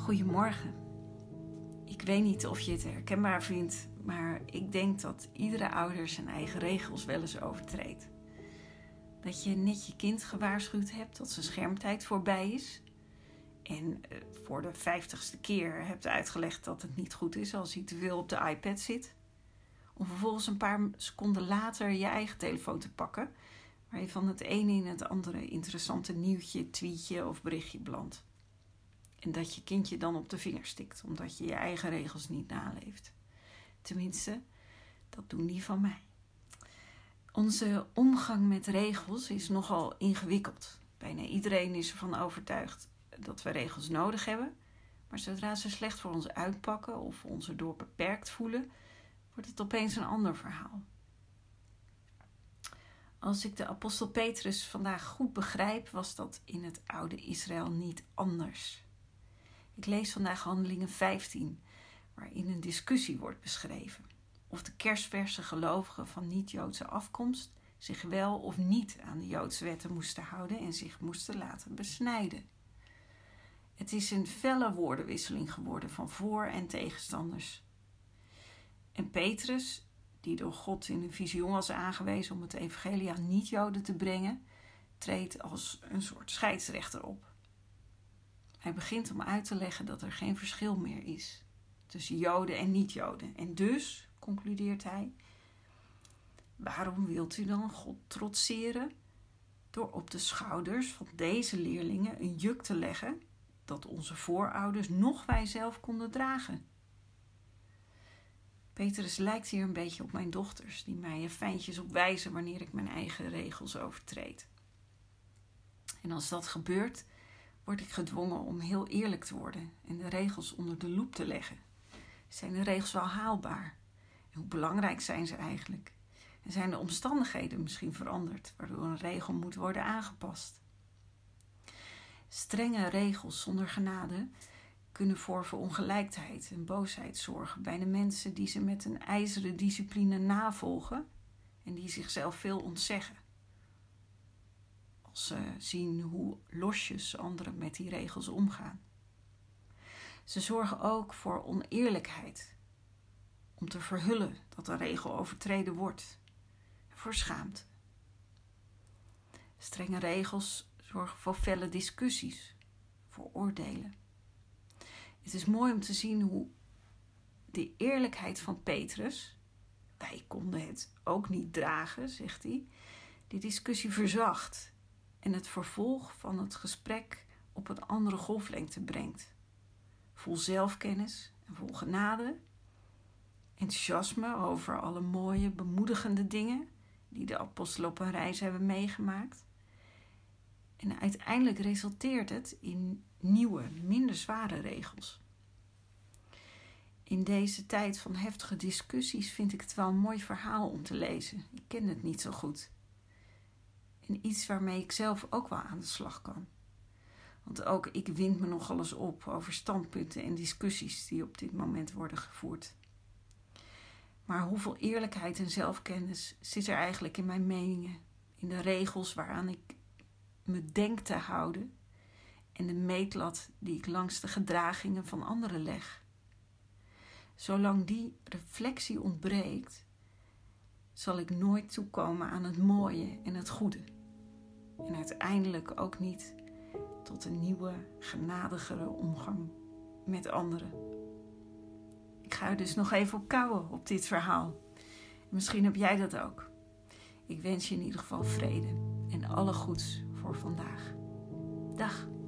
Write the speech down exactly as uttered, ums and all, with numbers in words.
Goedemorgen. Ik weet niet of je het herkenbaar vindt, maar ik denk dat iedere ouder zijn eigen regels wel eens overtreedt. Dat je net je kind gewaarschuwd hebt dat zijn schermtijd voorbij is. En voor de vijftigste keer hebt uitgelegd dat het niet goed is als hij te veel op de iPad zit. Om vervolgens een paar seconden later je eigen telefoon te pakken, waar je van het ene in het andere interessante nieuwtje, tweetje of berichtje belandt. En dat je kindje dan op de vinger stikt, omdat je je eigen regels niet naleeft. Tenminste, dat doen die van mij. Onze omgang met regels is nogal ingewikkeld. Bijna iedereen is ervan overtuigd dat we regels nodig hebben. Maar zodra ze slecht voor ons uitpakken of ons erdoor beperkt voelen, wordt het opeens een ander verhaal. Als ik de apostel Petrus vandaag goed begrijp, was dat in het oude Israël niet anders. Ik lees vandaag Handelingen vijftien, waarin een discussie wordt beschreven. Of de kersverse gelovigen van niet-Joodse afkomst zich wel of niet aan de Joodse wetten moesten houden en zich moesten laten besnijden. Het is een felle woordenwisseling geworden van voor- en tegenstanders. En Petrus, die door God in een visioen was aangewezen om het evangelie aan niet-Joden te brengen, treedt als een soort scheidsrechter op. Hij begint om uit te leggen dat er geen verschil meer is tussen Joden en niet-Joden. En dus, concludeert hij, waarom wilt u dan God trotseren door op de schouders van deze leerlingen een juk te leggen dat onze voorouders noch wij zelf konden dragen? Petrus lijkt hier een beetje op mijn dochters, die mij er fijntjes op wijzen wanneer ik mijn eigen regels overtreed. En als dat gebeurt, word ik gedwongen om heel eerlijk te worden en de regels onder de loep te leggen. Zijn de regels wel haalbaar? En hoe belangrijk zijn ze eigenlijk? En zijn de omstandigheden misschien veranderd, waardoor een regel moet worden aangepast? Strenge regels zonder genade kunnen voor verongelijkheid en boosheid zorgen bij de mensen die ze met een ijzeren discipline navolgen en die zichzelf veel ontzeggen. Als ze zien hoe losjes anderen met die regels omgaan. Ze zorgen ook voor oneerlijkheid, om te verhullen dat een regel overtreden wordt, en voor schaamte. Strenge regels zorgen voor felle discussies, voor oordelen. Het is mooi om te zien hoe de eerlijkheid van Petrus, wij konden het ook niet dragen, zegt hij, die discussie verzacht en het vervolg van het gesprek op een andere golflengte brengt. Vol zelfkennis en vol genade, enthousiasme over alle mooie, bemoedigende dingen die de apostelen op een reis hebben meegemaakt. En uiteindelijk resulteert het in nieuwe, minder zware regels. In deze tijd van heftige discussies vind ik het wel een mooi verhaal om te lezen. Ik ken het niet zo goed. En iets waarmee ik zelf ook wel aan de slag kan. Want ook ik wind me nogal eens op over standpunten en discussies die op dit moment worden gevoerd. Maar hoeveel eerlijkheid en zelfkennis zit er eigenlijk in mijn meningen, in de regels waaraan ik me denk te houden en de meetlat die ik langs de gedragingen van anderen leg. Zolang die reflectie ontbreekt, zal ik nooit toekomen aan het mooie en het goede. En uiteindelijk ook niet tot een nieuwe, genadigere omgang met anderen. Ik ga er dus nog even op kouwen op dit verhaal. Misschien heb jij dat ook. Ik wens je in ieder geval vrede en alle goeds voor vandaag. Dag.